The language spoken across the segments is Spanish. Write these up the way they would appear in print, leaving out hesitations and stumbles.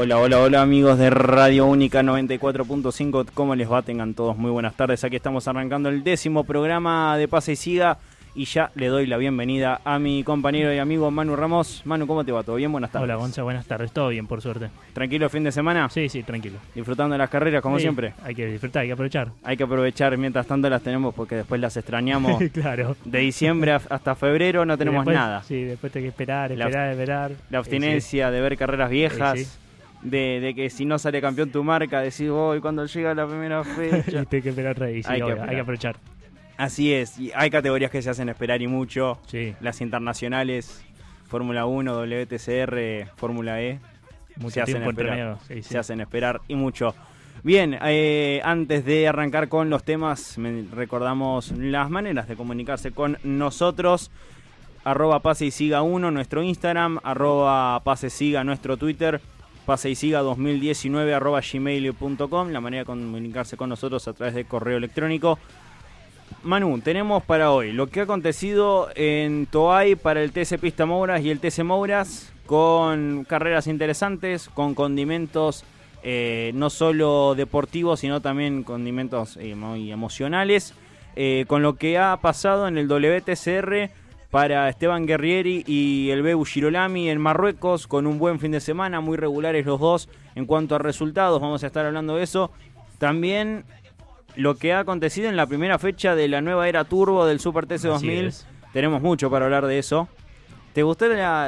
Hola amigos de Radio Única 94.5, ¿cómo les va? Tengan todos muy buenas tardes. Aquí estamos arrancando el 10º programa de Pase y Siga y ya le doy la bienvenida a mi compañero y amigo Manu Ramos. Manu, ¿cómo te va? ¿Todo bien? Buenas tardes. Hola Gonza, buenas tardes. Todo bien, por suerte. ¿Tranquilo el fin de semana? Sí, tranquilo. ¿Disfrutando de las carreras como siempre? Hay que disfrutar, hay que aprovechar. Hay que aprovechar, mientras tanto las tenemos porque después las extrañamos. Claro. De diciembre hasta febrero no tenemos después, nada. Sí, después hay que esperar. La abstinencia de ver carreras viejas. Sí. De que si no sale campeón tu marca, decís, voy cuando llega la primera fecha. Hay que esperar rey, sí, hay que aprovechar. Así es, y hay categorías que se hacen esperar y mucho. Sí. Las internacionales, Fórmula 1, WTCR, Fórmula E. Mucho se hacen esperar. Se hacen esperar y mucho. Bien, antes de arrancar con los temas, recordamos las maneras de comunicarse con nosotros. @Pase y Siga 1, nuestro Instagram, @Pase y Siga, nuestro Twitter, Pase y Siga 2019 @gmail.com, la manera de comunicarse con nosotros a través de correo electrónico. Manu, tenemos para hoy lo que ha acontecido en Toay para el TC Pista Mouras y el TC Mouras, con carreras interesantes, con condimentos no solo deportivos, sino también condimentos muy emocionales, con lo que ha pasado en el WTCR para Esteban Guerrieri y el Bebu Girolami en Marruecos, con un buen fin de semana, muy regulares los dos en cuanto a resultados, vamos a estar hablando de eso. También lo que ha acontecido en la primera fecha de la nueva era turbo del Super TC 2000, tenemos mucho para hablar de eso. ¿Te gustó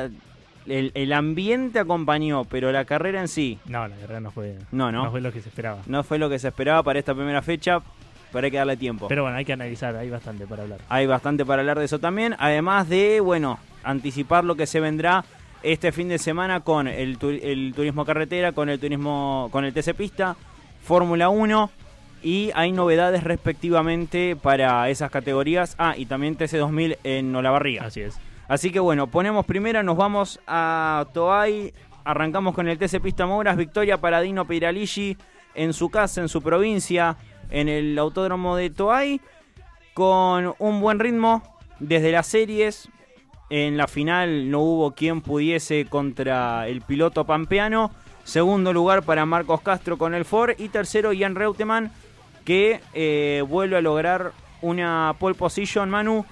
el ambiente? Acompañó, pero la carrera en sí... No, la carrera no fue lo que se esperaba. No fue lo que se esperaba para esta primera fecha, pero hay que darle tiempo. Pero bueno, hay que analizar, hay bastante para hablar. Hay bastante para hablar de eso también, además de, anticipar lo que se vendrá este fin de semana con el turismo carretera, con el TC Pista, Fórmula 1... Y hay novedades respectivamente para esas categorías. Y también TC2000 en Olavarría. Así es. Así que ponemos primera, nos vamos a Toay. Arrancamos con el TC Pista Mouras. Victoria para Dino Piraligi en su casa, en su provincia, en el autódromo de Toay. Con un buen ritmo desde las series. En la final no hubo quien pudiese contra el piloto pampeano. Segundo lugar para Marcos Castro con el Ford. Y tercero, Jan Reutemann, que vuelve a lograr una pole position. Manu,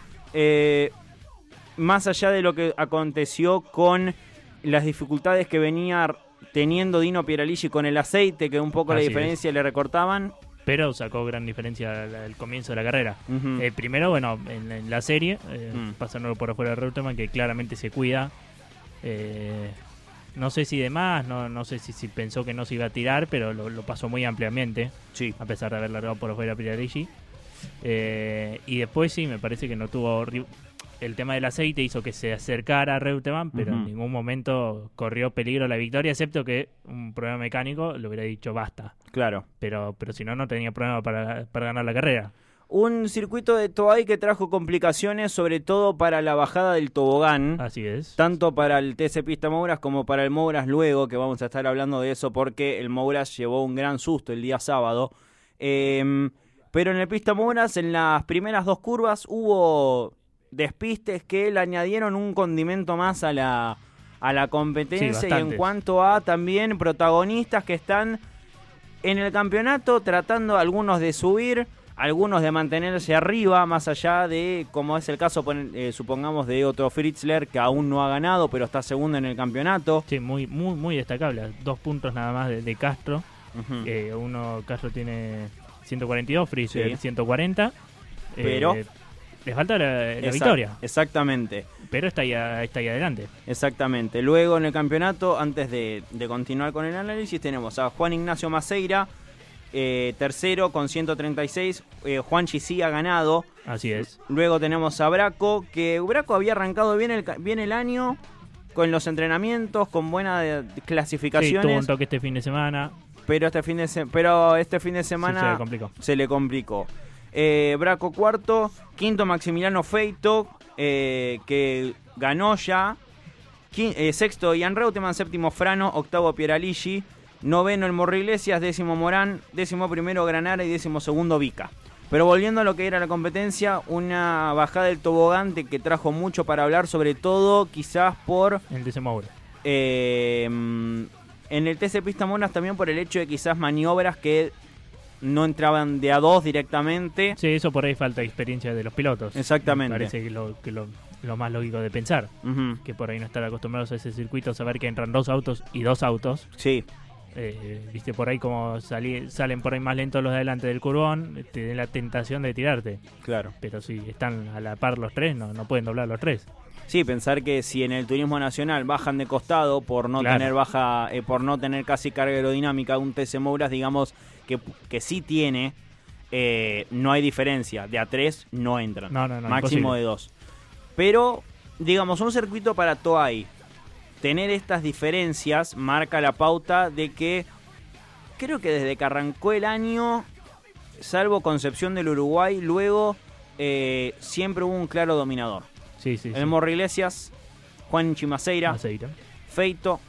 más allá de lo que aconteció con las dificultades que venía teniendo Dino Pieraligi con el aceite, que un poco la diferencia le recortaban, pero sacó gran diferencia el comienzo de la carrera. Primero, en la serie, pasándolo por afuera de Reutemann, que claramente se cuida. No sé si de más, no sé si pensó que no se iba a tirar, pero lo pasó muy ampliamente, sí, a pesar de haber largado por afuera Piraligi. Y después sí, me parece que no tuvo... El tema del aceite hizo que se acercara a Reutemann, pero en ningún momento corrió peligro la victoria, excepto que un problema mecánico le hubiera dicho basta. Claro. Pero si no tenía problema para ganar la carrera. Un circuito de Toay que trajo complicaciones, sobre todo para la bajada del tobogán. Así es. Tanto para el TC Pista Mouras como para el Mouras luego, que vamos a estar hablando de eso porque el Mouras llevó un gran susto el día sábado. Pero en el Pista Mouras, en las primeras dos curvas, hubo despistes que le añadieron un condimento más a la competencia. Y en cuanto a también protagonistas que están en el campeonato, tratando algunos de subir, algunos de mantenerse arriba, más allá de, como es el caso, supongamos, de Otto Fritzler, que aún no ha ganado, pero está segundo en el campeonato. Sí, muy destacable. 2 puntos nada más de Castro. Castro tiene 142, Fritzler 140. Pero les falta la victoria. Exactamente. Pero está ahí adelante. Exactamente. Luego en el campeonato, antes de continuar con el análisis, tenemos a Juan Ignacio Maceira, tercero con 136. Juanchi sí ha ganado. Así es. Luego tenemos a Braco, que Braco había arrancado bien el año con los entrenamientos, con buenas clasificaciones. Sí, tuvo un toque este fin de semana. Pero este fin de semana se le complicó. Braco cuarto, quinto Maximiliano Feito, que ganó ya. Sexto Jan Reutemann, séptimo Frano, octavo Pieraligi, noveno El Morro Iglesias, décimo Morán, décimo primero Granara y décimo segundo Vica. Pero volviendo a lo que era la competencia, una bajada del tobogán que trajo mucho para hablar, sobre todo quizás por el TC Mouras. En el TC Pista Mouras también por el hecho de quizás maniobras que no entraban de a dos directamente. Sí, eso por ahí falta experiencia de los pilotos. Exactamente. Me parece que lo más lógico de pensar. Que por ahí no estar acostumbrados a ese circuito, saber que entran dos autos y dos autos. Sí. Viste, por ahí como salen por ahí más lentos los de adelante del curbón, te den la tentación de tirarte. Claro. Pero si están a la par los tres, no pueden doblar los tres. Sí, pensar que si en el turismo nacional bajan de costado por no Claro. tener por no tener casi carga aerodinámica, un TC Mouras, digamos que sí tiene, no hay diferencia. De a 3 no entran. No, máximo imposible. de 2. Pero, digamos, un circuito para Toay, tener estas diferencias marca la pauta de que creo que desde que arrancó el año, salvo Concepción del Uruguay, luego siempre hubo un claro dominador. Sí. El Morro Iglesias, Juan Chimaceira, Feito.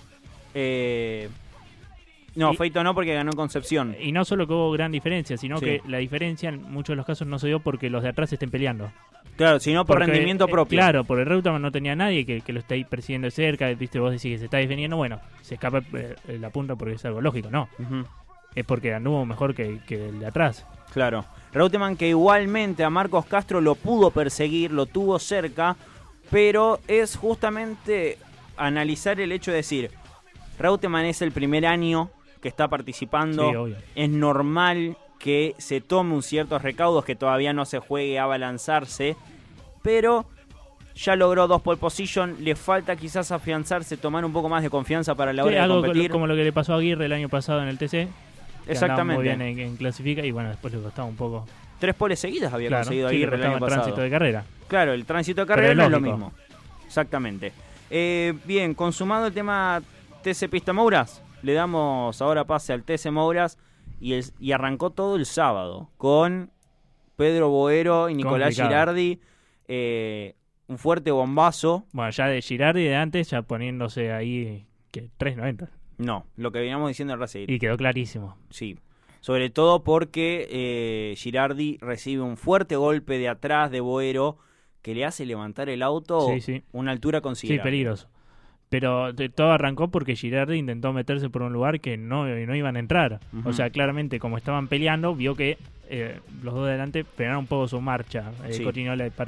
Feito no, porque ganó Concepción. Y no solo que hubo gran diferencia, sino Sí. que la diferencia en muchos de los casos no se dio porque los de atrás estén peleando. Claro, sino por Porque, rendimiento propio. Claro, por el Reutemann no tenía nadie que lo esté ahí persiguiendo de cerca. Viste, vos decís que se está defendiendo, bueno, se escapa la punta porque es algo lógico, no. Ujú. Es porque anduvo mejor que el de atrás. Claro. Reutemann, que igualmente a Marcos Castro lo pudo perseguir, lo tuvo cerca, pero es justamente analizar el hecho de decir, Reutemann es el primer año que está participando, Sí, obvio. es normal que se tome un ciertos recaudos, que todavía no se juegue a balanzarse, pero ya logró 2 pole position, le falta quizás afianzarse, tomar un poco más de confianza para la hora de Algo competir. como lo que le pasó a Aguirre el año pasado en el TC. que andaba muy Exactamente. bien en clasifica y bueno, después le costaba un poco. 3 poles seguidas había Claro, conseguido sí, Aguirre pero el año estaba en pasado. tránsito de carrera. Claro, el tránsito de Pero carrera es no es lo lógico. mismo. Exactamente. Bien, consumado el tema TC Pista Mouras, le damos ahora pase al TC Mouras y arrancó todo el sábado con Pedro Boero y Nicolás Complicado. Girardi. Un fuerte bombazo. Bueno, ya de Girardi de antes, ya poniéndose ahí que 3.90. No, lo que veníamos diciendo en Racing. Y quedó clarísimo. Sí. Sobre todo porque Girardi recibe un fuerte golpe de atrás de Boero que le hace levantar el auto Sí. una altura Sí, considerable. peligroso. Pero todo arrancó porque Girardi intentó meterse por un lugar que no iban a entrar. Ujú. O sea, claramente, como estaban peleando, vio que los dos de adelante frenaron un poco su marcha. Sí. Cotinola y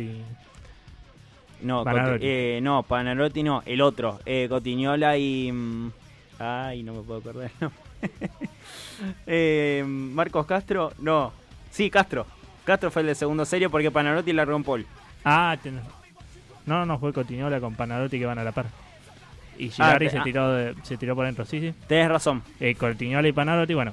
No, Panarotti. no, Panarotti no, el otro. Cotiñola y... ay, no me puedo acordar el nombre. Marcos Castro, no. Sí, Castro. Castro fue el de segundo serio porque Panarotti largó en pole. Ah, no, fue Cotinola con Panarotti que van a la par. Y Girardi se tiró por dentro, sí. Tenés razón. Cotinola y Panarotti, bueno,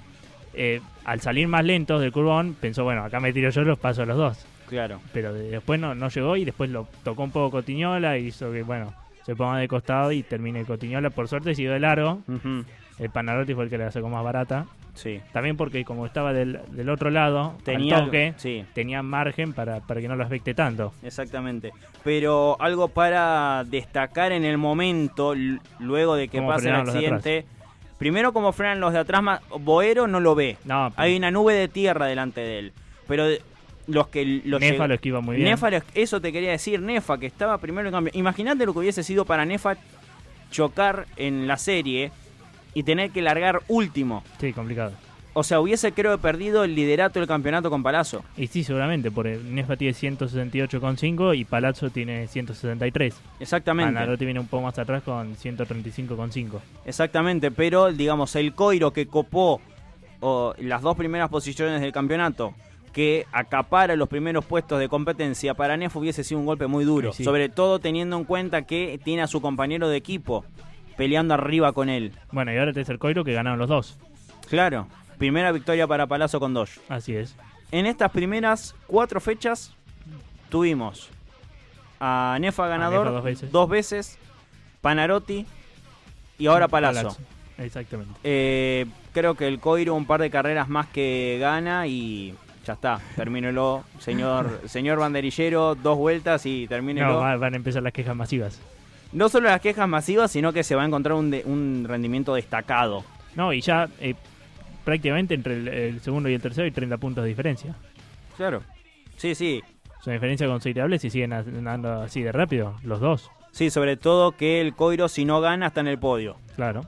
al salir más lentos del curbón, pensó, bueno, acá me tiro yo, los paso a los dos. Claro. Pero después no llegó y después lo tocó un poco Cotiñola y hizo que, bueno, se ponga de costado y termine Cotiñola. Por suerte siguió de largo. Ujú. El Panarotti fue el que la sacó más barata. Sí. También porque como estaba del otro lado, Tenía, al toque, sí, tenía margen para que no lo afecte tanto. exactamente. Pero algo para destacar en el momento, luego de que Cómo pasa el frenaron los de accidente. Primero, como frenan los de atrás, Boero no lo ve. No, Hay una nube de tierra delante de él. Pero los que Nefa lo esquiva muy bien. Nefa, eso te quería decir, Nefa, que estaba primero en cambio. Imagínate lo que hubiese sido para Nefa chocar en la serie y tener que largar último. Sí, complicado. O sea, hubiese, creo, perdido el liderato del campeonato con Palazzo. Y sí, seguramente, porque Nefa tiene 168,5 y Palazzo tiene 163. Exactamente. Panarotti viene un poco más atrás con 135,5. Exactamente, pero digamos, el Coiro que copó las 2 primeras posiciones del campeonato, que acapara los primeros puestos de competencia, para Nefa hubiese sido un golpe muy duro. Sí. Sobre todo teniendo en cuenta que tiene a su compañero de equipo peleando arriba con él. Bueno, y ahora tenés el Coiro que ganaron los dos. Claro, primera victoria para Palazzo con Dodge. Así es. En estas primeras 4 fechas tuvimos a Nefa ganador Nefa 2 veces, Panarotti y ahora Palazzo. Exactamente. Creo que el Coiro un par de carreras más que gana y ya está, termínelo, señor banderillero, 2 vueltas y termínelo. No, van a empezar las quejas masivas. No solo las quejas masivas, sino que se va a encontrar un rendimiento destacado. No, y ya prácticamente entre el segundo y el tercero hay 30 puntos de diferencia. Claro. Sí. Es una diferencia considerable si siguen andando así de rápido, los dos. Sí, sobre todo que el Coiro, si no gana, está en el podio. Claro.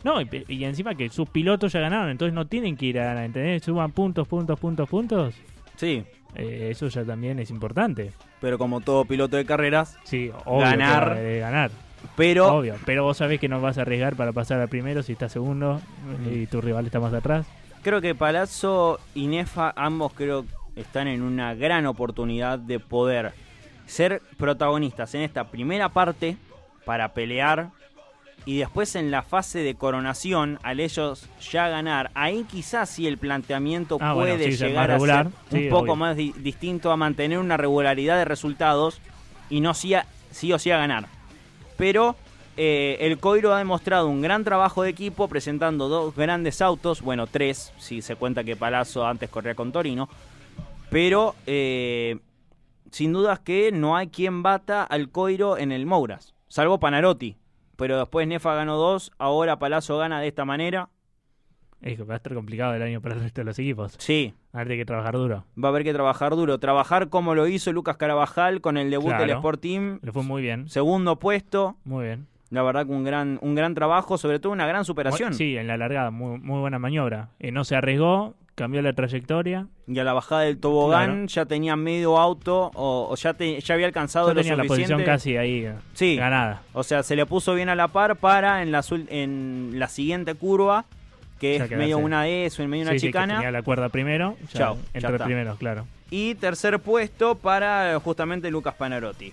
No, y encima que sus pilotos ya ganaron, entonces no tienen que ir a ganar, ¿entendés? Suban puntos. Sí. Eso ya también es importante. Pero como todo piloto de carreras, sí, obvio ganar. Ganar. Pero, obvio, pero vos sabés que no vas a arriesgar para pasar al primero si estás segundo y tu rival está más atrás. Creo que Palazzo y Nefa ambos están en una gran oportunidad de poder ser protagonistas en esta primera parte para pelear y después en la fase de coronación, al ellos ya ganar, ahí quizás sí el planteamiento puede llegar a ser un poco más distinto, a mantener una regularidad de resultados y no sí o sí a ganar. Pero el Coiro ha demostrado un gran trabajo de equipo presentando 2 grandes autos, bueno 3 si se cuenta que Palazzo antes corría con Torino, pero sin dudas que no hay quien bata al Coiro en el Mouras, salvo Panarotti. Pero después Nefa ganó 2, ahora Palazzo gana de esta manera. Es que va a estar complicado el año para el resto de los equipos. Sí. Va a haber que trabajar duro. Va a haber que trabajar duro. Trabajar como lo hizo Lucas Carabajal con el debut del Sport Team. Le fue muy bien. Segundo puesto. Muy bien. La verdad que un gran trabajo, sobre todo una gran superación. Sí, en la largada, muy buena maniobra. No se arriesgó, cambió la trayectoria. Y a la bajada del tobogán ya tenía medio auto o ya había alcanzado lo suficiente. La posición casi ahí ganada. O sea, se le puso bien a la par para en la siguiente curva, que es medio una S o en medio una chicana. Que tenía la cuerda primero. Entró primero, claro. Y tercer puesto para justamente Lucas Panarotti.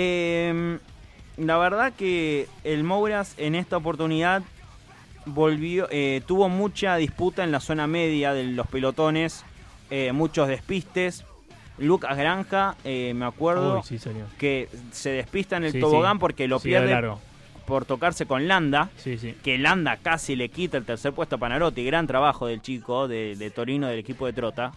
La verdad que el Mouras en esta oportunidad tuvo mucha disputa en la zona media de los pelotones, muchos despistes. Lucas Granja, me acuerdo que se despista en el tobogán porque lo pierde por tocarse con Landa, que Landa casi le quita el tercer puesto a Panarotti. Gran trabajo del chico de Torino, del equipo de Trota.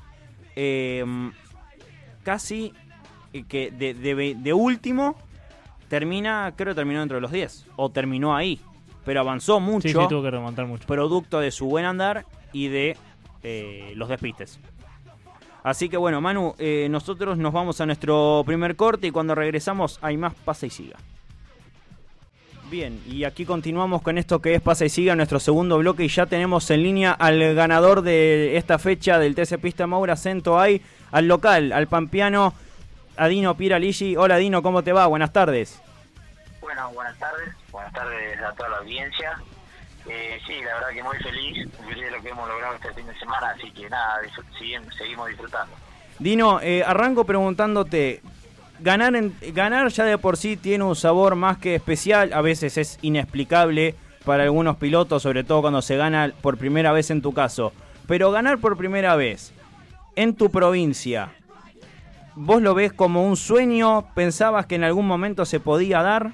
Casi que de último terminó dentro de los 10, o terminó ahí, pero avanzó mucho. Sí, tuvo que remontar mucho. Producto de su buen andar y de los despistes. Así que bueno, Manu, nosotros nos vamos a nuestro primer corte y cuando regresamos hay más Pasa y Siga. Bien, y aquí continuamos con esto que es Pasa y Siga, nuestro segundo bloque, y ya tenemos en línea al ganador de esta fecha del TC Pista Mouras en Toay, al local, al pampeano, a Dino Piraligi. Hola Dino, ¿cómo te va? Buenas tardes. Bueno, buenas tardes a toda la audiencia. Sí, la verdad que muy feliz de lo que hemos logrado este fin de semana, así que nada, seguimos disfrutando. Dino, arranco preguntándote, ganar ya de por sí tiene un sabor más que especial, a veces es inexplicable para algunos pilotos, sobre todo cuando se gana por primera vez en tu caso, pero ganar por primera vez en tu provincia, ¿vos lo ves como un sueño? ¿Pensabas que en algún momento se podía dar?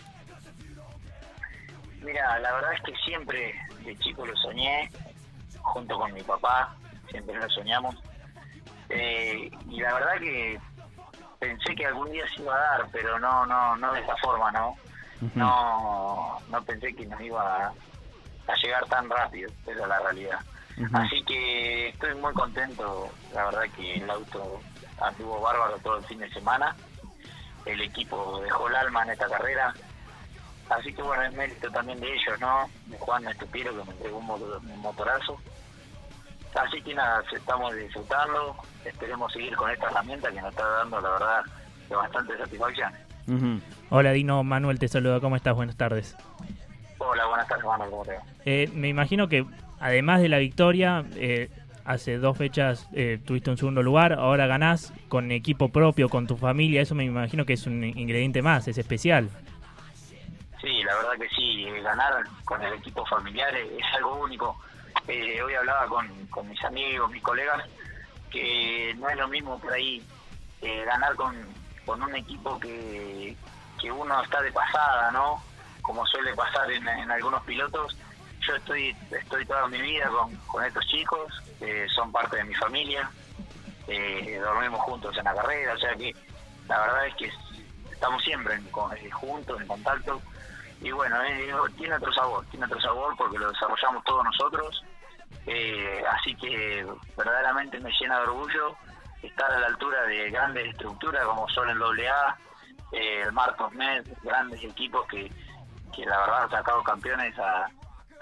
Mira, la verdad es que siempre de chico lo soñé, junto con mi papá, siempre lo soñamos. Y la verdad que pensé que algún día se iba a dar, pero no de esa forma, ¿no? Uh-huh. No pensé que nos iba a llegar tan rápido, esa es la realidad. Uh-huh. Así que estoy muy contento, la verdad que el auto anduvo bárbaro todo el fin de semana, el equipo dejó el alma en esta carrera, así que bueno, es mérito también de ellos, ¿no? De Juan Estupiro, que me entregó un motorazo. Así que nada, estamos disfrutando, esperemos seguir con esta herramienta que nos está dando, la verdad, de bastante satisfacción. Uh-huh. Hola Dino, Manuel te saluda, ¿cómo estás? Buenas tardes. Hola, buenas tardes, Manuel, ¿cómo te va? Me imagino que además de la victoria, hace 2 fechas tuviste un segundo lugar, ahora ganás con equipo propio, con tu familia, eso me imagino que es un ingrediente más, es especial. Sí, la verdad que sí, ganar con el equipo familiar es algo único. Hoy hablaba con mis amigos, mis colegas, que no es lo mismo por ahí ganar con un equipo que uno está de pasada, ¿no? Como suele pasar en algunos pilotos. Yo estoy toda mi vida con estos chicos, son parte de mi familia, dormimos juntos en la carrera, o sea que la verdad es que estamos siempre juntos, en contacto. Y bueno, tiene otro sabor porque lo desarrollamos todos nosotros, así que verdaderamente me llena de orgullo estar a la altura de grandes estructuras como son el AA, el Marcos Med, grandes equipos que la verdad han sacado campeones a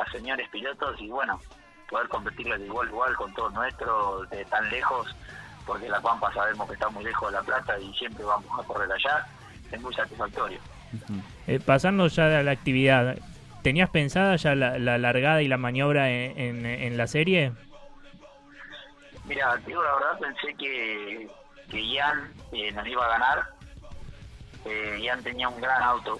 a señores pilotos y bueno, poder competirles de igual a igual con todos nuestros, de tan lejos, porque La Pampa sabemos que está muy lejos de La Plata y siempre vamos a correr allá, es muy satisfactorio. Pasando ya a la actividad, ¿tenías pensada ya la largada y la maniobra en la serie? Mira, te digo la verdad, pensé que Ian nos iba a ganar. Ian tenía un gran auto,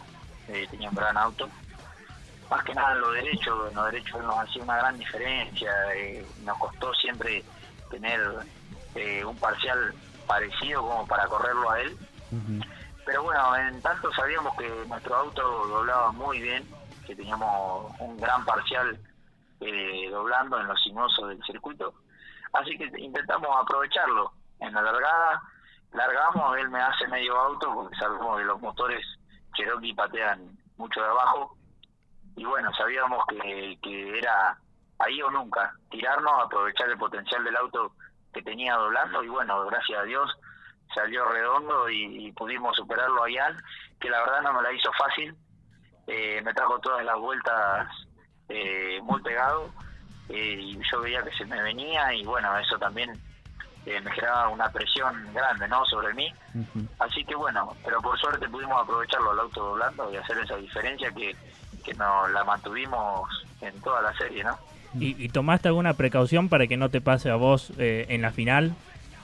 más que nada en lo derecho nos hacía una gran diferencia, nos costó siempre tener un parcial parecido como para correrlo a él. Pero bueno, en tanto sabíamos que nuestro auto doblaba muy bien, que teníamos un gran parcial doblando en los sinuosos del circuito, así que intentamos aprovecharlo. En la largamos, él me hace medio auto porque sabemos que los motores Cherokee patean mucho de abajo y bueno, sabíamos que era ahí o nunca, tirarnos, aprovechar el potencial del auto que tenía doblando y bueno, gracias a Dios salió redondo y pudimos superarlo a Ian, que la verdad no me la hizo fácil, me trajo todas las vueltas muy pegado y yo veía que se me venía y bueno, eso también me generaba una presión grande, ¿no?, sobre mí. Así que bueno, pero por suerte pudimos aprovecharlo al auto doblando y hacer esa diferencia que nos la mantuvimos en toda la serie, ¿no? ¿Y tomaste alguna precaución para que no te pase a vos en la final?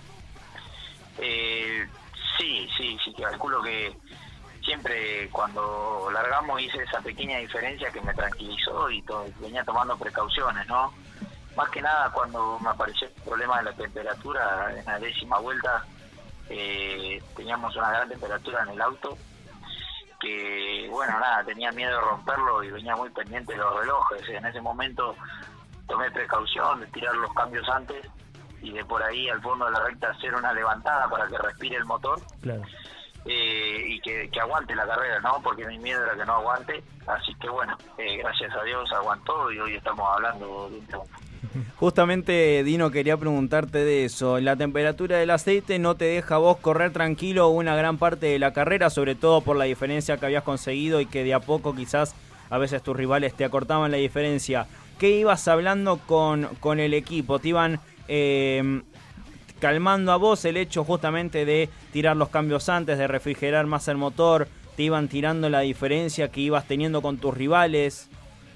Sí, calculo que siempre cuando largamos hice esa pequeña diferencia que me tranquilizó y venía tomando precauciones, ¿no? Más que nada cuando me apareció el problema de la temperatura, en la 10ª vuelta teníamos una gran temperatura en el auto, que bueno, nada, tenía miedo de romperlo y venía muy pendiente de los relojes. En ese momento tomé precaución de tirar los cambios antes y de por ahí al fondo de la recta hacer una levantada para que respire el motor. Claro. Y que aguante la carrera, ¿no? Porque mi miedo era que no aguante, así que bueno, gracias a Dios aguantó y hoy estamos hablando de un triunfo. Justamente, Dino, quería preguntarte de eso. La temperatura del aceite no te deja a vos correr tranquilo una gran parte de la carrera, sobre todo por la diferencia que habías conseguido y que de a poco quizás a veces tus rivales te acortaban la diferencia. ¿Qué ibas hablando con el equipo? ¿Te iban calmando a vos el hecho justamente de tirar los cambios antes, de refrigerar más el motor? ¿Te iban tirando la diferencia que ibas teniendo con tus rivales?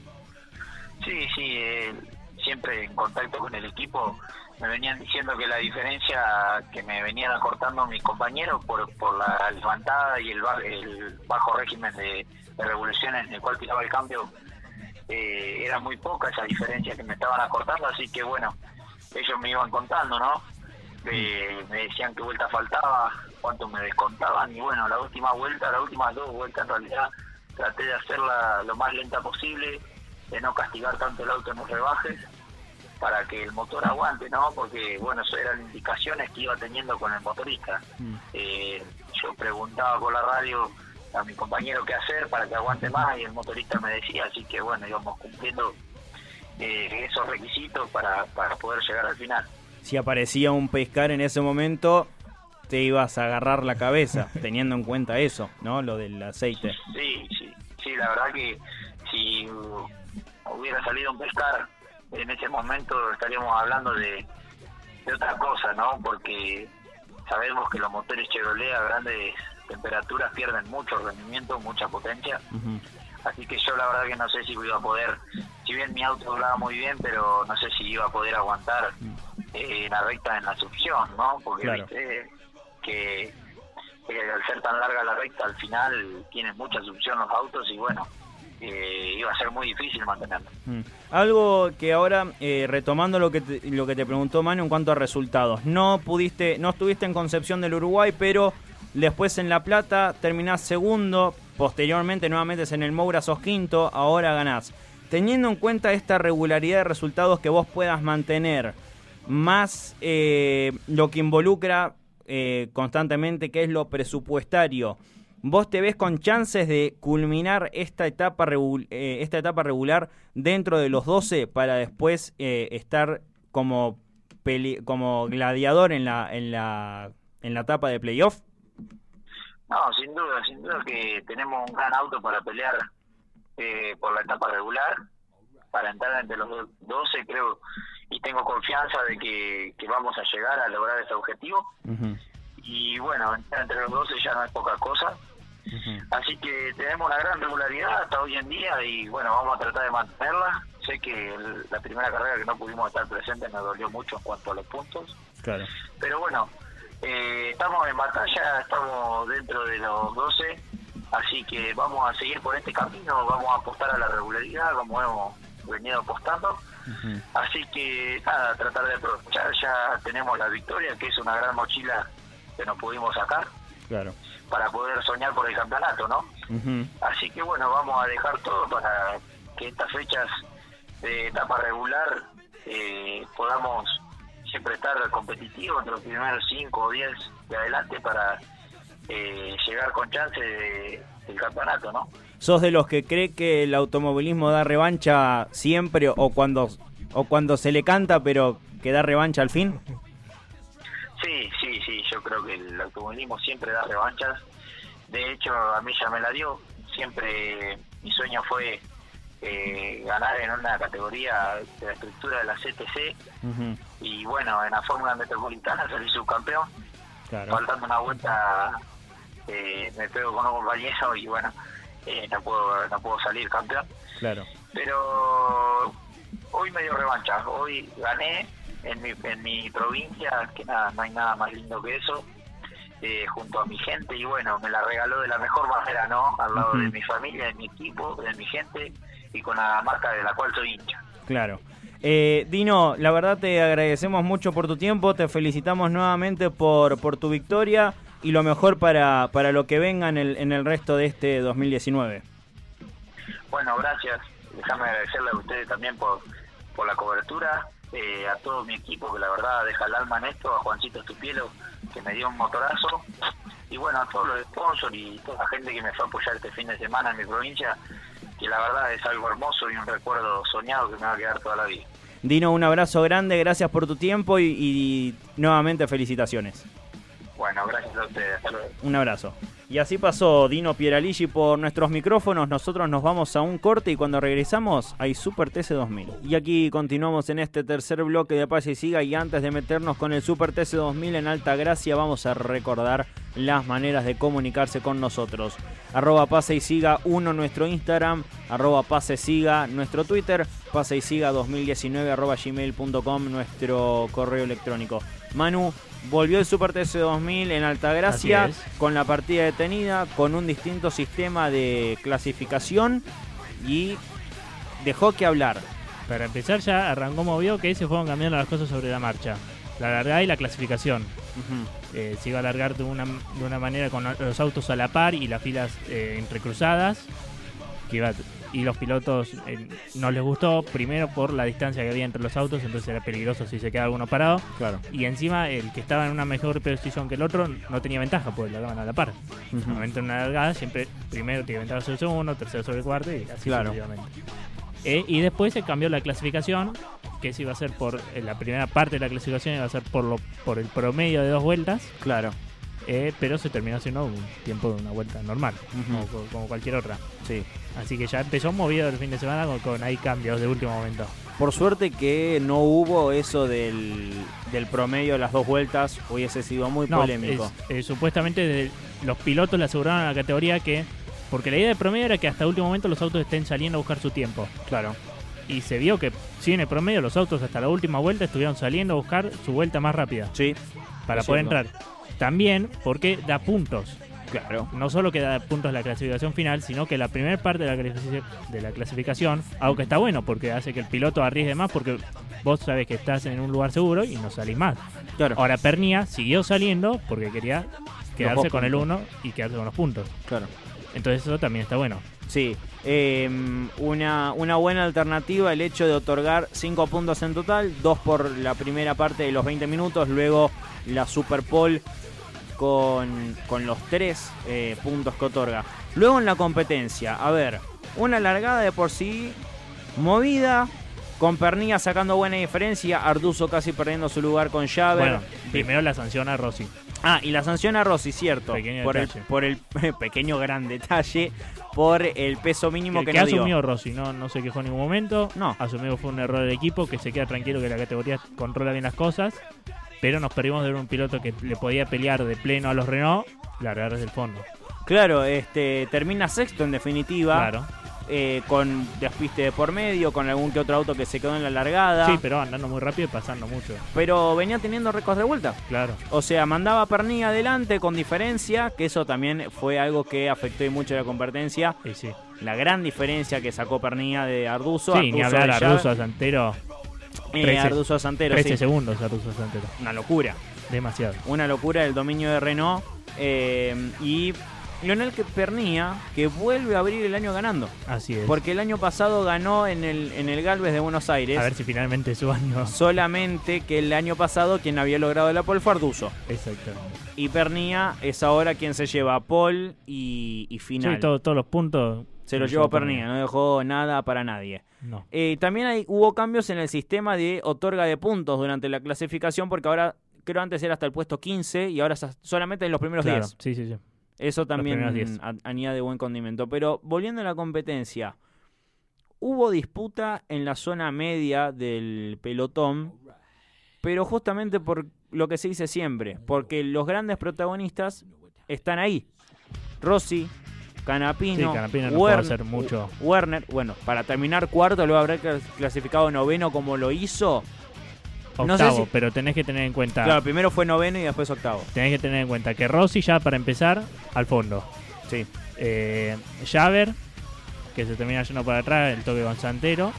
Sí, siempre en contacto con el equipo me venían diciendo que la diferencia que me venían acortando mis compañeros por la levantada y el bajo régimen de revoluciones en el cual tiraba el cambio, era muy poca esa diferencia que me estaban acortando, así que bueno, ellos me iban contando, ¿no? Me decían qué vuelta faltaba, cuánto me descontaban y bueno, las últimas 2 vueltas en realidad traté de hacerla lo más lenta posible, de no castigar tanto el auto en los rebajes para que el motor aguante, ¿no? Porque bueno, eso eran indicaciones que iba teniendo con el motorista. Yo preguntaba por la radio a mi compañero qué hacer para que aguante más y el motorista me decía, así que bueno, íbamos cumpliendo esos requisitos para poder llegar al final. Si aparecía un pescar en ese momento, te ibas a agarrar la cabeza, teniendo en cuenta eso, ¿no? Lo del aceite. Sí, la verdad que si hubiera salido un pescar en ese momento estaríamos hablando de otra cosa, ¿no? Porque sabemos que los motores Chevrolet a grandes temperaturas pierden mucho rendimiento, mucha potencia. Así que yo la verdad que no sé si iba a poder, si bien mi auto doblaba muy bien, pero no sé si iba a poder aguantar la recta en la succión, ¿no? Porque claro, viste que al ser tan larga la recta al final tienen mucha succión los autos y bueno, iba a ser muy difícil mantenerlo. Algo que ahora, retomando lo que te preguntó Manu en cuanto a resultados, no estuviste en Concepción del Uruguay, pero después en La Plata terminás segundo, posteriormente nuevamente en el Moura sos quinto, ahora ganás. Teniendo en cuenta esta regularidad de resultados que vos puedas mantener, más lo que involucra constantemente, que es lo presupuestario, ¿vos te ves con chances de culminar esta etapa regular dentro de los 12 para después estar como gladiador en la etapa de playoff? No, sin duda que tenemos un gran auto para pelear por la etapa regular. para entrar entre los 12, creo, y tengo confianza de que vamos a llegar a lograr ese objetivo. Y bueno, entrar entre los 12 ya no es poca cosa. Así que tenemos una gran regularidad hasta hoy en día y bueno, vamos a tratar de mantenerla. Sé que la primera carrera que no pudimos estar presentes nos dolió mucho en cuanto a los puntos. Claro. Pero bueno, estamos en batalla, estamos dentro de los 12, así que vamos a seguir por este camino, vamos a apostar a la regularidad como hemos venido apostando. Así que nada, tratar de aprovechar, ya tenemos la victoria, que es una gran mochila que nos pudimos sacar. Claro. Para poder soñar por el campeonato, ¿no? Así que bueno, vamos a dejar todo para que estas fechas de etapa regular podamos siempre estar competitivos entre los primeros 5 o 10 de adelante para llegar con chance del campeonato, ¿no? ¿Sos de los que cree que el automovilismo da revancha siempre o cuando se le canta pero que da revancha al fin? Sí, yo creo que el automovilismo siempre da revanchas. De hecho, a mí ya me la dio. Siempre mi sueño fue ganar en una categoría de la estructura de la CTC. Y bueno, en la Fórmula Metropolitana salí subcampeón. Claro. Faltando una vuelta me pego con un compañero y bueno, no puedo salir campeón. Claro. Pero hoy me dio revancha. Hoy gané en mi provincia, que nada, no hay nada más lindo que eso, junto a mi gente, y bueno, me la regaló de la mejor manera, ¿no? Al lado de mi familia, de mi equipo, de mi gente, y con la marca de la cual soy hincha. Claro. Dino, la verdad te agradecemos mucho por tu tiempo, te felicitamos nuevamente por tu victoria, y lo mejor para lo que venga en el resto de este 2019. Bueno, gracias. Déjame agradecerle a ustedes también por la cobertura, a todo mi equipo que la verdad deja el alma en esto, a Juancito Estupielo que me dio un motorazo, y bueno, a todos los sponsors y toda la gente que me fue a apoyar este fin de semana en mi provincia, que la verdad es algo hermoso y un recuerdo soñado que me va a quedar toda la vida. Dino, un abrazo grande, gracias por tu tiempo y nuevamente felicitaciones. Bueno, gracias a ustedes, hasta luego. Un abrazo. Y así pasó Dino Pieraligi por nuestros micrófonos. Nosotros nos vamos a un corte y cuando regresamos hay Super TC2000. Y aquí continuamos en este tercer bloque de Pase y Siga. Y antes de meternos con el Super TC2000 en Altagracia, vamos a recordar las maneras de comunicarse con nosotros. @Pase y Siga 1 nuestro Instagram, @Pase Siga nuestro Twitter, Pase y Siga 2019 @gmail.com nuestro correo electrónico. Manu, volvió el Super TC2000 en Altagracia con la partida detenida, con un distinto sistema de clasificación y dejó que hablar. Para empezar ya arrancó movido que se fueron cambiando las cosas sobre la marcha. La largada y la clasificación. Se iba a alargar de una manera con los autos a la par y las filas entrecruzadas. Y los pilotos no les gustó, primero por la distancia que había entre los autos, entonces era peligroso si se quedaba alguno parado. Claro. Y encima el que estaba en una mejor posición que el otro no tenía ventaja, porque largaban a la par. Normalmente en una largada siempre primero tiene ventaja sobre el segundo, tercero sobre el cuarto y así sucesivamente. Y después se cambió la clasificación, que se iba a hacer por la primera parte de la clasificación iba a ser por el promedio de 2 vueltas. Claro. Pero se terminó haciendo un tiempo de una vuelta normal, como cualquier otra. Sí. Así que ya empezó movido el fin de semana con hay cambios de último momento. Por suerte que no hubo eso del promedio de las 2 vueltas, hubiese sido muy polémico. Supuestamente los pilotos le aseguraron a la categoría que, porque la idea del promedio era que hasta último momento los autos estén saliendo a buscar su tiempo. Claro. Y se vio que sí, en el promedio los autos hasta la última vuelta estuvieron saliendo a buscar su vuelta más rápida. Sí. Para poder entrar. También porque da puntos. Claro. No solo que da puntos en la clasificación final, sino que la primera parte de la clasificación, algo que está bueno porque hace que el piloto arriesgue más, porque vos sabés que estás en un lugar seguro y no salís más. Claro. Ahora Pernía siguió saliendo porque quería quedarse con el 1 y quedarse con los puntos. Claro. Entonces eso también está bueno. Sí, una buena alternativa el hecho de otorgar 5 puntos en total, 2 por la primera parte de los 20 minutos, luego la Super Pole con los 3 puntos que otorga. Luego en la competencia, a ver, una largada de por sí movida, con Pernilla sacando buena diferencia, Arduzo casi perdiendo su lugar con Javer. Bueno, primero la sanción a Rossi. Y la sanción a Rossi, cierto, por el pequeño gran detalle, por el peso mínimo que no dio. Asumió Rossi, no se quejó en ningún momento. No. Asumió que fue un error del equipo, que se queda tranquilo que la categoría controla bien las cosas. Pero nos perdimos de ver un piloto que le podía pelear de pleno a los Renault, largar desde el fondo. Claro, termina sexto en definitiva. Claro. Con despiste de por medio, con algún que otro auto que se quedó en la largada. Sí, pero andando muy rápido y pasando mucho. Pero venía teniendo récords de vuelta. Claro. O sea, mandaba a Pernilla adelante con diferencia, que eso también fue algo que afectó y mucho la competencia. Sí. La gran diferencia que sacó Pernilla de Arduzo. Sí, ni hablar Arduzo a Santero. Arduzo a Santero, 13 segundos Arduzo a Santero. Una locura. Demasiado. Una locura el dominio de Renault. Y Lionel Pernilla, que vuelve a abrir el año ganando. Así es. Porque el año pasado ganó en el Galvez de Buenos Aires. A ver si finalmente es su año. Solamente que el año pasado quien había logrado la pole fue Arduzo. Exactamente. Y Pernilla es ahora quien se lleva pole y final. Sí, todos los puntos se los llevó Pernilla, no dejó nada para nadie. No. También hubo cambios en el sistema de otorga de puntos durante la clasificación, porque ahora, creo antes era hasta el puesto 15 y ahora solamente en los primeros 10. Sí. Eso también añade buen condimento. Pero volviendo a la competencia, hubo disputa en la zona media del pelotón, pero justamente por lo que se dice siempre, porque los grandes protagonistas están ahí. Rossi, Canapino, no puede hacer mucho. Werner, bueno, para terminar cuarto, luego habrá clasificado noveno como lo hizo. Octavo, no sé si, pero tenés que tener en cuenta... Claro, primero fue noveno y después octavo. Tenés que tener en cuenta que Rossi ya para empezar, al fondo. Sí. Javer, que se termina yendo para atrás, el toque con Santero.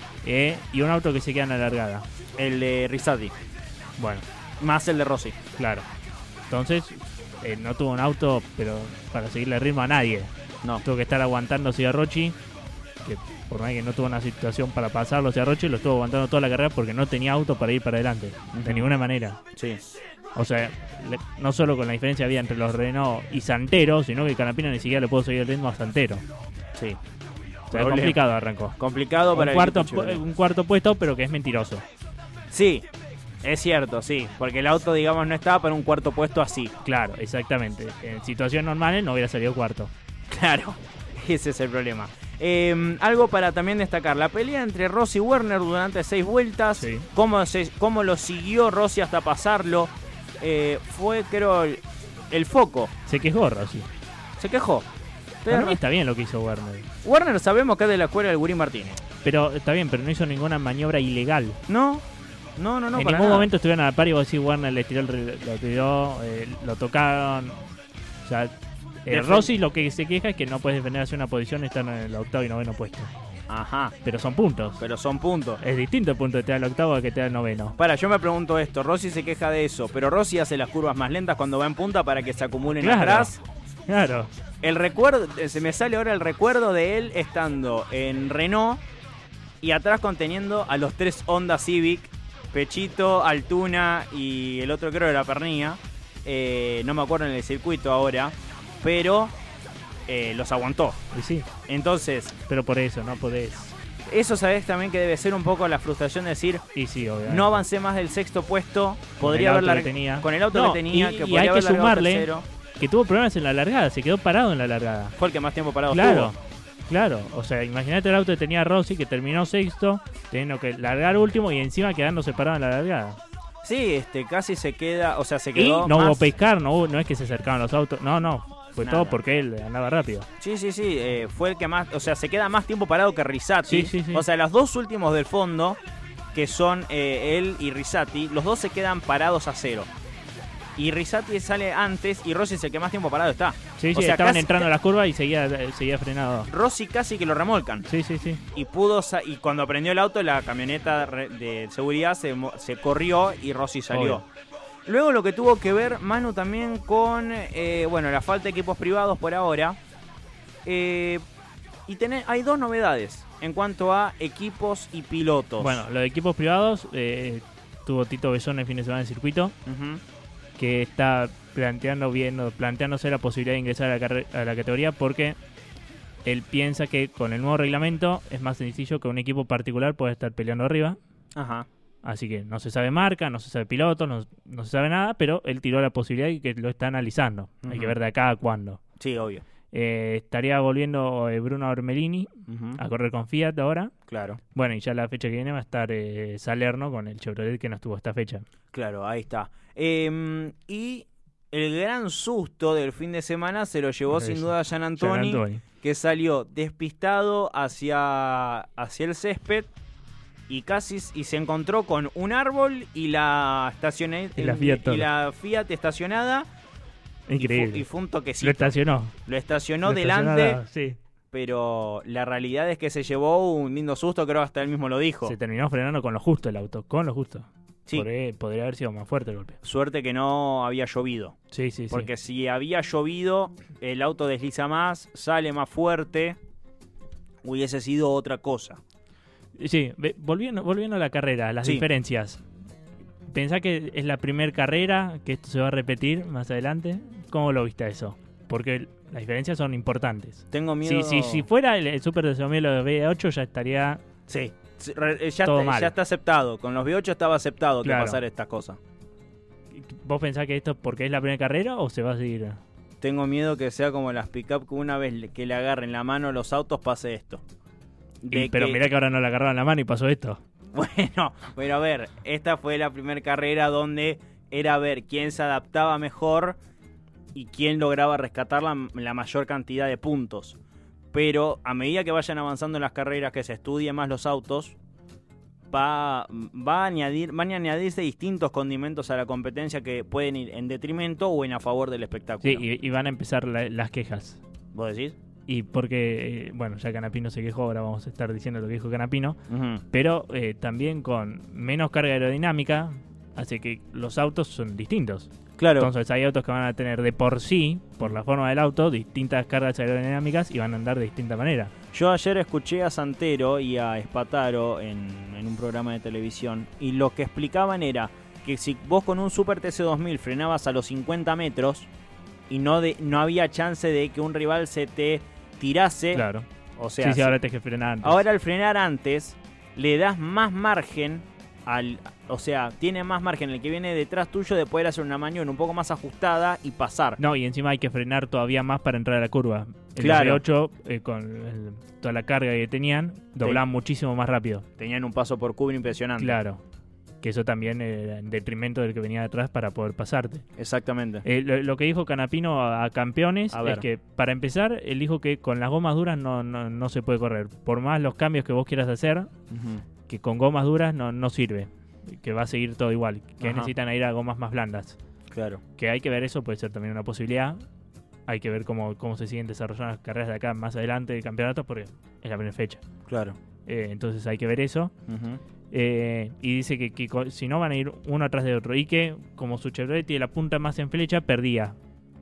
Y un auto que se queda en la largada. El de Rizzati. Bueno. Más el de Rossi. Claro. Entonces, no tuvo un auto, pero para seguirle el ritmo a nadie. No. Tuvo que estar aguantando Ciarrochi, que por más que no tuvo una situación para pasarlo Ciarrochi, lo estuvo aguantando toda la carrera porque no tenía auto para ir para adelante. De ninguna manera. Sí. O sea, no solo con la diferencia había entre los Renault y Santero, sino que Canapino ni siquiera le pudo seguir el ritmo a Santero. Sí. O sea, complicado arrancó. Complicado para un cuarto puesto, pero que es mentiroso. Sí, es cierto, sí. Porque el auto, digamos, no estaba para un cuarto puesto así. Claro, exactamente. En situaciones normales no hubiera salido cuarto. Claro, ese es el problema. Algo para también destacar, la pelea entre Rossi y Werner durante 6 vueltas, sí. Cómo lo siguió Rossi hasta pasarlo, fue creo el foco. Se quejó Rossi. Se quejó. Para mí está bien lo que hizo Werner. Werner sabemos que es de la escuela del Gurí Martínez. Pero está bien, pero no hizo ninguna maniobra ilegal. No. En ningún momento estuvieron a la par y vos decís Werner le tiró, lo tocaron. O sea, Rossi lo que se queja es que no puedes defender hacia una posición y estar en el octavo y noveno puesto. Ajá. Pero son puntos. Es distinto el punto de te da el octavo a que te da el noveno. Yo me pregunto esto. Rossi se queja de eso, pero Rossi hace las curvas más lentas cuando va en punta para que se acumulen atrás. Claro. El recuerdo, se me sale ahora el recuerdo de él estando en Renault y atrás conteniendo a los 3 Honda Civic, Pechito, Altuna y el otro creo era Pernilla. No me acuerdo en el circuito ahora, pero los aguantó. Y sí. Entonces, pero por eso no podés. Eso sabés también que debe ser un poco la frustración de decir, y sí, obviamente. No avancé más del 6º puesto, podría haber con el auto que tenía, que podría hay haber que sumarle tercero. Que tuvo problemas en la largada, se quedó parado en la largada. Fue el que más tiempo parado estuvo. Claro, o sea, imagínate el auto que tenía Rossi, que terminó 6º, teniendo que largar último y encima quedándose parado en la largada. Sí, casi se queda, o sea, se quedó. Y no hubo pescar, no es que se acercaban los autos, no, fue nada. Todo porque él andaba rápido. Sí, fue el que más, o sea, se queda más tiempo parado que Rizzati. Sí. O sea, los dos últimos del fondo, que son él y Rizzati, los dos se quedan parados a 0. Y Rizzati sale antes y Rossi es el que más tiempo parado está. Sí, o sea, estaban entrando a las curvas y seguía frenado. Rossi casi que lo remolcan. Sí. Y y cuando prendió el auto, la camioneta de seguridad se corrió y Rossi salió. Obvio. Luego lo que tuvo que ver Manu también con la falta de equipos privados por ahora. Hay 2 novedades en cuanto a equipos y pilotos. Bueno, los equipos privados tuvo Tito Besón el fin de semana en circuito. Que está planteándose la posibilidad de ingresar a la categoría porque él piensa que con el nuevo reglamento es más sencillo que un equipo particular pueda estar peleando arriba. Ajá. Así que no se sabe marca, no se sabe piloto, no se sabe nada, pero él tiró la posibilidad y que lo está analizando. Hay que ver de acá a cuándo. Sí, obvio. Estaría volviendo Bruno Ormelini a correr con Fiat ahora. Claro. Bueno, y ya la fecha que viene va a estar Salerno con el Chevrolet que no estuvo esta fecha. Claro, ahí está. Y el gran susto del fin de semana se lo llevó sin duda Gian Antoni, que salió despistado hacia el césped y se encontró con un árbol y la Fiat estacionada. Increíble. Y fue un toquecito. Lo estacionó delante, sí. Pero la realidad es que se llevó un lindo susto, creo que hasta él mismo lo dijo. Se terminó frenando con lo justo el auto, con lo justo. Sí. Podría haber sido más fuerte el golpe. Suerte que no había llovido. Sí. Porque si había llovido, el auto desliza más, sale más fuerte, hubiese sido otra cosa. Sí, volviendo a la carrera, las diferencias. ¿Pensás que es la primera carrera, que esto se va a repetir más adelante? ¿Cómo lo viste eso? Porque las diferencias son importantes. Tengo miedo. Si fuera el Super Desafío de V8 ya estaría... Sí, ya está aceptado. Con los V8 estaba aceptado que pasara estas cosas. ¿Vos pensás que esto es porque es la primera carrera o se va a seguir? Tengo miedo que sea como las pick-up, que una vez que le agarren la mano a los autos pase esto. Pero mirá que ahora no le agarraron la mano y pasó esto. Bueno, pero a ver, esta fue la primera carrera donde era ver quién se adaptaba mejor y quién lograba rescatar la mayor cantidad de puntos. Pero a medida que vayan avanzando en las carreras, que se estudien más los autos, van a añadirse distintos condimentos a la competencia que pueden ir en detrimento o en a favor del espectáculo. Sí, y van a empezar las quejas. ¿Vos decís? Y porque, ya Canapino se quejó, ahora vamos a estar diciendo lo que dijo Canapino, pero también con menos carga aerodinámica, hace que los autos son distintos. Claro. Entonces hay autos que van a tener de por sí, por la forma del auto, distintas cargas aerodinámicas y van a andar de distinta manera. Yo ayer escuché a Santero y a Espataro en un programa de televisión y lo que explicaban era que si vos con un Super TC2000 frenabas a los 50 metros y no había chance de que un rival se te tirase. Claro. O sea, sí, ahora tenés que frenar antes. Ahora al frenar antes le das más margen tiene más margen el que viene detrás tuyo de poder hacer una maniobra un poco más ajustada y pasar. No, y encima hay que frenar todavía más para entrar a la curva. El claro. V8, con toda la carga que tenían, doblaban muchísimo más rápido. Tenían un paso por curva impresionante. Claro. Que eso también era en detrimento del que venía detrás para poder pasarte. Exactamente. Lo que dijo Canapino a Campeones es que, para empezar, él dijo que con las gomas duras no se puede correr. Por más los cambios que vos quieras hacer, que con gomas duras no sirve. Que va a seguir todo igual. Que necesitan ir a gomas más blandas. Claro. Que hay que ver eso, puede ser también una posibilidad. Hay que ver cómo se siguen desarrollando las carreras de acá más adelante de campeonatos, porque es la primera fecha. Claro. Entonces hay que ver eso. Y dice que si no van a ir uno atrás de otro y que como su Chevrolet tiene la punta más en flecha, perdía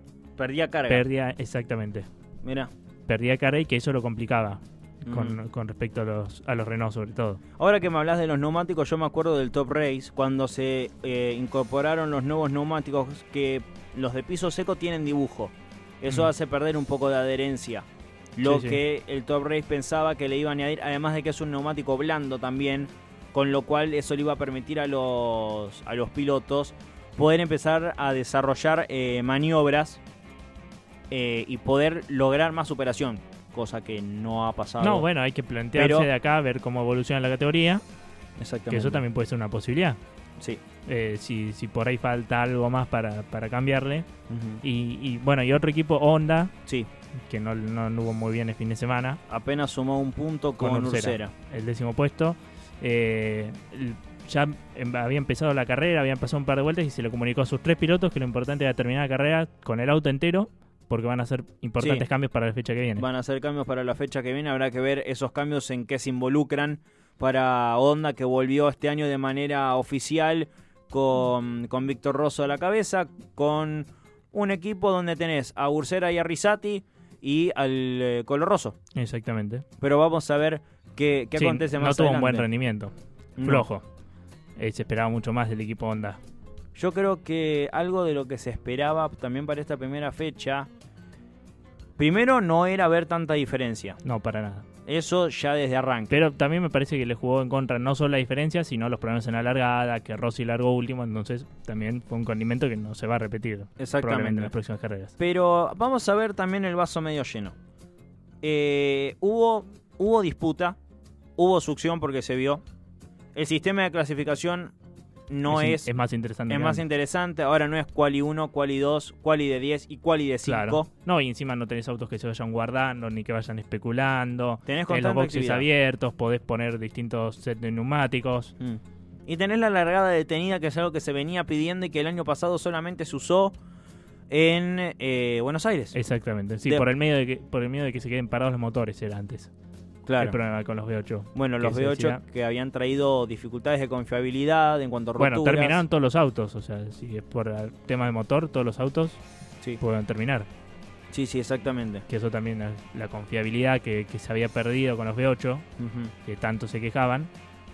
carga, exactamente. Mira, perdía carga y que eso lo complicaba con respecto a los Renault sobre todo. Ahora que me hablas de los neumáticos, yo me acuerdo del Top Race cuando se incorporaron los nuevos neumáticos, que los de piso seco tienen dibujo. Eso hace perder un poco de adherencia. Que el Top Race pensaba que le iba a añadir, además de que es un neumático blando también, con lo cual eso le iba a permitir a los pilotos poder empezar a desarrollar maniobras y poder lograr más superación, cosa que no ha pasado. No, bueno, hay que plantearse de acá, ver cómo evoluciona la categoría. Exactamente. Que eso también puede ser una posibilidad. Sí. Si por ahí falta algo más para cambiarle. Y otro equipo, Honda, que no hubo muy bien el fin de semana. Apenas sumó un punto con Ursera. El 10º puesto. Ya había empezado la carrera, habían pasado un par de vueltas y se le comunicó a sus 3 pilotos que lo importante era terminar la carrera con el auto entero, porque van a ser importantes cambios para la fecha que viene. Van a ser cambios para la fecha que viene, habrá que ver esos cambios en qué se involucran para Honda, que volvió este año de manera oficial con Víctor Rosso a la cabeza, con un equipo donde tenés a Ursera y a Rizzati y al Color Rosso. Exactamente. Pero vamos a ver qué acontece más adelante. No tuvo un buen rendimiento. Flojo. Se esperaba mucho más del equipo Honda. Yo creo que algo de lo que se esperaba también para esta primera fecha, primero no era ver tanta diferencia. No, para nada. Eso ya desde arranque. Pero también me parece que le jugó en contra no solo la diferencia, sino los problemas en la largada, que Rossi largó último, entonces también fue un condimento que no se va a repetir probablemente en las próximas carreras. Pero vamos a ver también el vaso medio lleno. Hubo disputa, hubo succión porque se vio. El sistema de clasificación es más interesante. Es más interesante. Ahora no es quali 1, quali 2, quali de 10 y quali de 5. Claro. No, y encima no tenés autos que se vayan guardando ni que vayan especulando. Tenés los boxes abiertos, podés poner distintos sets de neumáticos. Y tenés la largada detenida, que es algo que se venía pidiendo y que el año pasado solamente se usó en Buenos Aires. Exactamente. Sí, por el medio de que se queden parados los motores era antes. Claro. El problema con los V8. Bueno, los V8 que habían traído dificultades de confiabilidad en cuanto a roturas. Bueno, terminaron todos los autos. O sea, si es por el tema de motor, todos los autos pueden terminar. Sí, exactamente. Que eso también, la confiabilidad que se había perdido con los V8, que tanto se quejaban.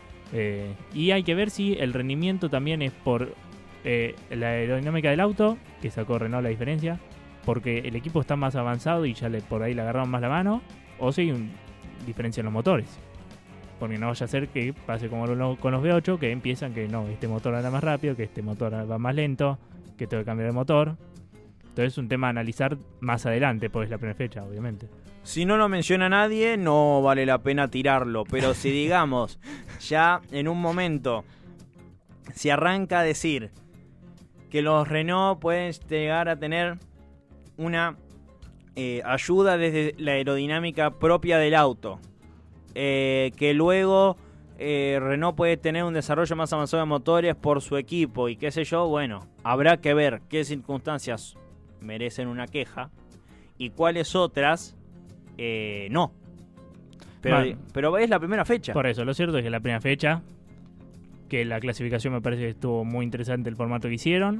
Y hay que ver si el rendimiento también es por la aerodinámica del auto, que sacó Renault la diferencia, porque el equipo está más avanzado y ya por ahí le agarraron más la mano, o si hay una diferencia en los motores. Porque no vaya a ser que pase como con los V8, que empiezan que no, este motor anda más rápido, que este motor va más lento, que tengo que cambiar el motor. Entonces es un tema a analizar más adelante, pues es la primera fecha, obviamente. Si no lo menciona nadie, no vale la pena tirarlo. Pero si digamos, ya en un momento se arranca a decir que los Renault pueden llegar a tener una ayuda desde la aerodinámica propia del auto, que luego Renault puede tener un desarrollo más avanzado de motores por su equipo y qué sé yo, bueno, habrá que ver qué circunstancias merecen una queja y cuáles otras no. Pero es la primera fecha. Por eso, lo cierto es que la primera fecha, que la clasificación me parece que estuvo muy interesante el formato que hicieron,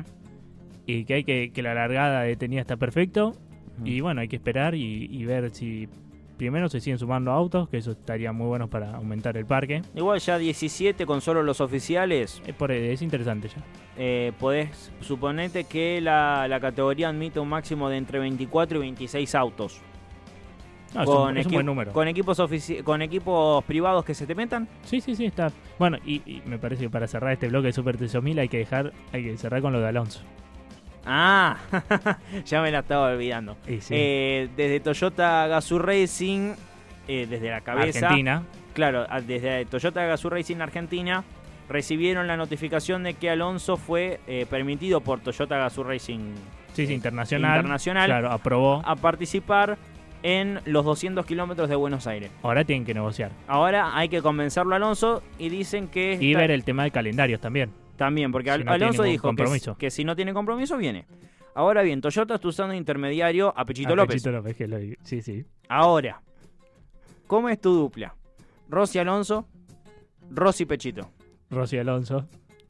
y que hay que la largada detenida está perfecto. Y bueno, hay que esperar y ver si primero se siguen sumando autos, que eso estaría muy bueno para aumentar el parque. Igual ya 17 con solo los oficiales. Es interesante ya. Podés suponerte que la categoría admite un máximo de entre 24 y 26 autos. No, es un buen número. ¿Con equipos privados que se te metan? Sí, está. Bueno, y me parece que para cerrar este bloque de Super 3000 hay que cerrar con lo de Alonso. Ah, ya me la estaba olvidando. Sí. Desde Toyota Gazoo Racing, desde la cabeza. Argentina. Claro, desde Toyota Gazoo Racing Argentina recibieron la notificación de que Alonso fue permitido por Toyota Gazoo Racing internacional. Claro, aprobó a participar en los 200 kilómetros de Buenos Aires. Ahora tienen que negociar. Ahora hay que convencerlo a Alonso y dicen que... Y ver el tema de calendarios también. También, porque si Alonso dijo que si no tiene compromiso, viene. Ahora bien, Toyota está usando intermediario a Pechito López. Pechito López, que lo digo. Sí. Ahora, ¿cómo es tu dupla? Rossi Alonso, Rossi Pechito. Rossi Alonso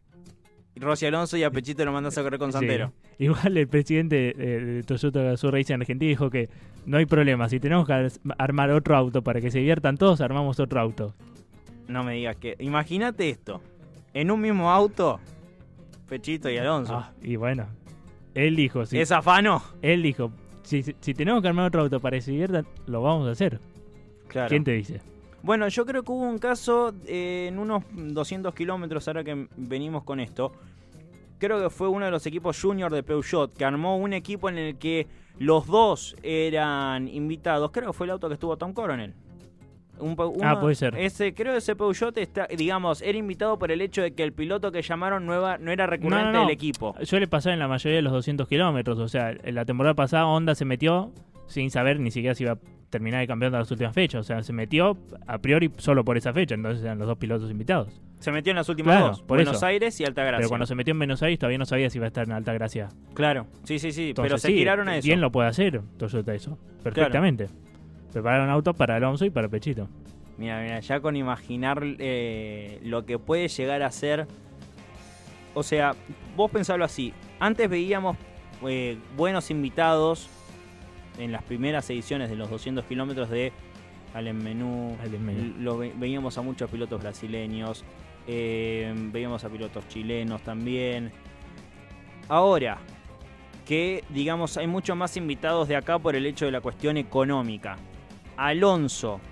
y a Pechito lo mandas a correr con Santero. Sí. Igual el presidente de Toyota Gazoo Racing Argentina dijo que no hay problema. Si tenemos que armar otro auto para que se diviertan todos, armamos otro auto. No me digas que... Imagínate esto. En un mismo auto, Pechito y Alonso. Y bueno, él dijo... ¿Es afano? Él dijo, si tenemos que armar otro auto para que se diviertan, lo vamos a hacer. Claro. ¿Quién te dice? Bueno, yo creo que hubo un caso en unos 200 kilómetros, ahora que venimos con esto. Creo que fue uno de los equipos junior de Peugeot, que armó un equipo en el que los dos eran invitados. Creo que fue el auto que estuvo Tom Coronel. Puede ser. Creo que ese Peugeot era invitado por el hecho de que el piloto que llamaron no era recurrente del equipo. Suele pasar en la mayoría de los 200 kilómetros. O sea, en la temporada pasada Honda se metió sin saber ni siquiera si iba a terminar el campeonato de las últimas fechas. O sea, se metió a priori solo por esa fecha. Entonces eran los dos pilotos invitados. Se metió en las últimas dos. Buenos Aires y Altagracia. Pero cuando se metió en Buenos Aires todavía no sabía si iba a estar en Altagracia. Claro, sí. Entonces, pero se tiraron a eso. Bien lo puede hacer Toyota eso. Perfectamente. Claro. Prepararon auto para Alonso y para Pechito. Mira, ya con imaginar lo que puede llegar a ser. O sea, vos pensalo así. Antes veíamos buenos invitados en las primeras ediciones de los 200 kilómetros de Alain Menú. Veíamos a muchos pilotos brasileños. Veíamos a pilotos chilenos también. Ahora, que digamos hay muchos más invitados de acá por el hecho de la cuestión económica. Alonso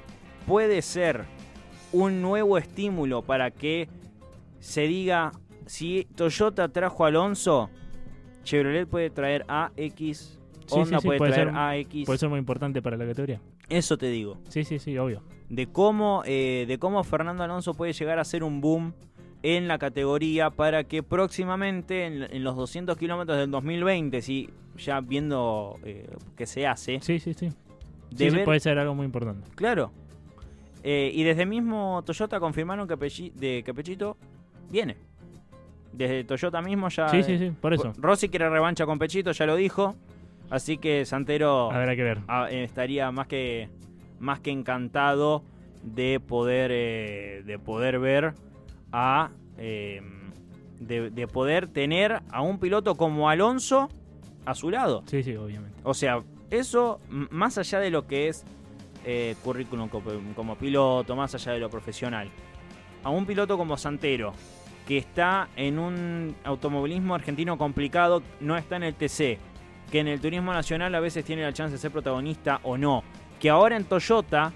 puede ser un nuevo estímulo para que se diga, si Toyota trajo a Alonso, Chevrolet puede traer AX, Honda puede traer AX. Puede ser muy importante para la categoría. Eso te digo. Sí, obvio. De cómo Fernando Alonso puede llegar a ser un boom en la categoría para que próximamente, en los 200 kilómetros del 2020, si ya viendo que se hace... Sí. Puede ser algo muy importante. Claro. Y desde mismo Toyota confirmaron que Pechito viene. Desde Toyota mismo ya... Sí, por eso. Rossi quiere revancha con Pechito, ya lo dijo. Así que Santero habrá que ver. Estaría más que encantado de poder ver de poder tener a un piloto como Alonso a su lado. Sí, obviamente. O sea, eso, más allá de lo que es currículum como piloto, más allá de lo profesional, a un piloto como Santero, que está en un automovilismo argentino complicado, no está en el TC, que en el turismo nacional a veces tiene la chance de ser protagonista o no, que ahora en Toyota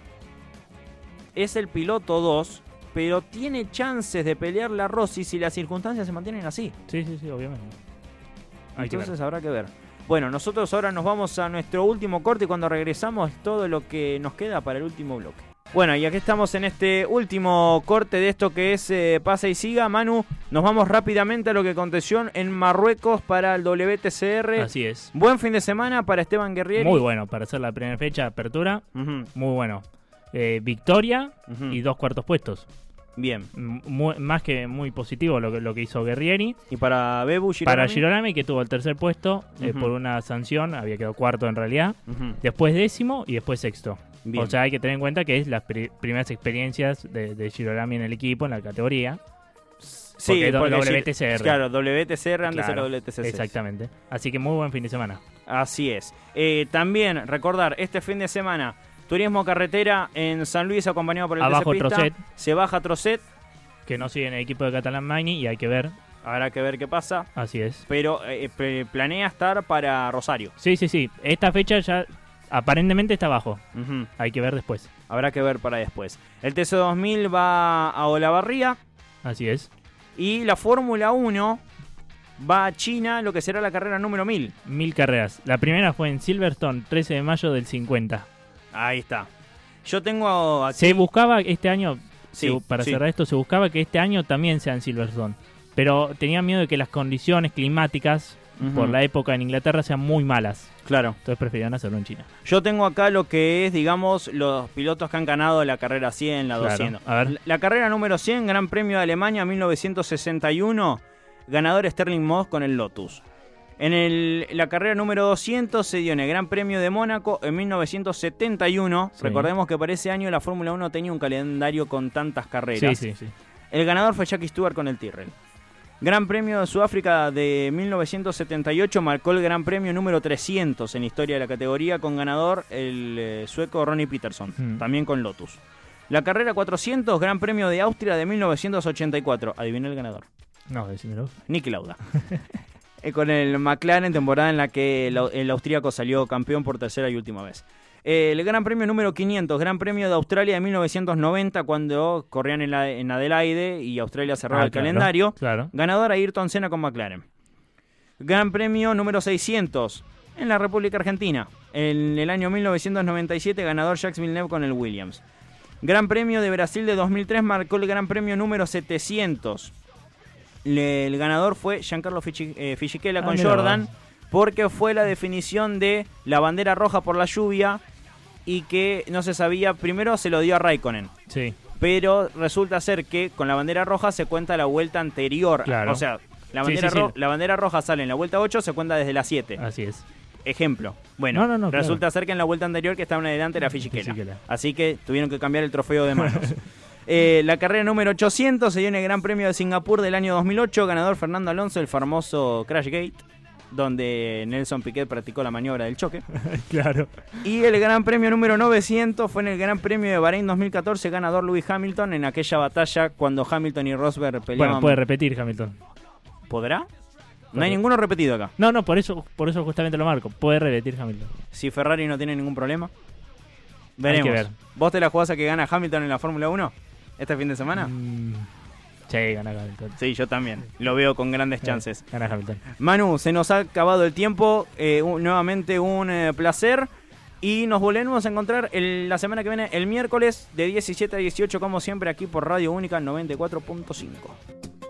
es el piloto 2, pero tiene chances de pelearle a Rossi si las circunstancias se mantienen así. Sí, obviamente. Entonces habrá que ver. Bueno, nosotros ahora nos vamos a nuestro último corte y cuando regresamos todo lo que nos queda para el último bloque. Bueno, y aquí estamos en este último corte de esto que es Pasa y Siga. Manu, nos vamos rápidamente a lo que aconteció en Marruecos para el WTCR. Así es. Buen fin de semana para Esteban Guerrieri. Muy bueno, para hacer la primera fecha de apertura. Muy bueno. Victoria y 2 cuartos puestos. Bien. Más que muy positivo lo que hizo Guerrieri. ¿Y para Bebu Girolami? Para Girolami, que tuvo el tercer puesto por una sanción, había quedado cuarto en realidad. Después 10º y después 6º. Bien. O sea, hay que tener en cuenta que es las primeras experiencias de Girolami en el equipo, en la categoría. Sí, porque WTCR. Claro, WTCR antes era WTCC. Exactamente. Así que muy buen fin de semana. Así es. También recordar, este fin de semana, turismo carretera en San Luis acompañado por el Abajo TC Pista. Trocet. Se baja Trocet. Que no sigue en el equipo de Catalan Magni y hay que ver. Habrá que ver qué pasa. Así es. Pero planea estar para Rosario. Sí. Esta fecha ya aparentemente está abajo. Hay que ver después. Habrá que ver para después. El TC2000 va a Olavarría. Así es. Y la Fórmula 1 va a China, lo que será la carrera número 1000. 1000 carreras. La primera fue en Silverstone, 13 de mayo del 50. Ahí está. Yo tengo aquí... Se buscaba este año, cerrar esto, se buscaba que este año también sea en Silverstone. Pero tenía miedo de que las condiciones climáticas por la época en Inglaterra sean muy malas. Claro. Entonces preferían hacerlo en China. Yo tengo acá lo que es, digamos, los pilotos que han ganado la carrera 100, la 200. A ver. La carrera número 100, Gran Premio de Alemania 1961, ganador Sterling Moss con el Lotus. La carrera número 200 se dio en el Gran Premio de Mónaco en 1971. Sí. Recordemos que para ese año la Fórmula 1 tenía un calendario con tantas carreras. Sí. El ganador fue Jackie Stewart con el Tyrrell. Gran Premio de Sudáfrica de 1978 marcó el Gran Premio número 300 en la historia de la categoría, con ganador el sueco Ronnie Peterson, también con Lotus. La carrera 400, Gran Premio de Austria de 1984. Adivina el ganador. No, decímelo. Niki Lauda. Con el McLaren, temporada en la que el austríaco salió campeón por tercera y última vez. El Gran Premio número 500, Gran Premio de Australia de 1990, cuando corrían en Adelaide y Australia cerraba el calendario. Claro. Ganador Ayrton Senna con McLaren. Gran Premio número 600, en la República Argentina. En el año 1997, ganador Jacques Villeneuve con el Williams. Gran Premio de Brasil de 2003 marcó el Gran Premio número 700. El ganador fue Giancarlo Fisichella con Jordan, porque fue la definición de la bandera roja por la lluvia y que no se sabía. Primero se lo dio a Raikkonen. Sí. Pero resulta ser que con la bandera roja se cuenta la vuelta anterior. Claro. O sea, la bandera roja sale en la vuelta 8, se cuenta desde la 7. Así es. Ejemplo. Bueno, no, resulta ser que en la vuelta anterior que estaba en adelante era Fisichella. Así que tuvieron que cambiar el trofeo de manos. La carrera número 800 se dio en el Gran Premio de Singapur del año 2008. Ganador Fernando Alonso, el famoso Crash Gate, donde Nelson Piquet practicó la maniobra del choque. Claro. Y el Gran Premio número 900 fue en el Gran Premio de Bahrein 2014. Ganador Lewis Hamilton en aquella batalla cuando Hamilton y Rosberg peleaban. Bueno, puede repetir Hamilton. ¿Podrá? No hay ninguno repetido acá. No, por eso justamente lo marco. Puede repetir Hamilton. Si Ferrari no tiene ningún problema. Veremos. Hay que ver. ¿Vos te la jugás a que gana Hamilton en la Fórmula 1 este fin de semana? Sí, gana Hamilton. Sí, yo también. Lo veo con grandes chances. Gana Hamilton. Manu, se nos ha acabado el tiempo. Nuevamente un placer. Y nos volvemos a encontrar la semana que viene, el miércoles, de 17 a 18, como siempre, aquí por Radio Única 94.5.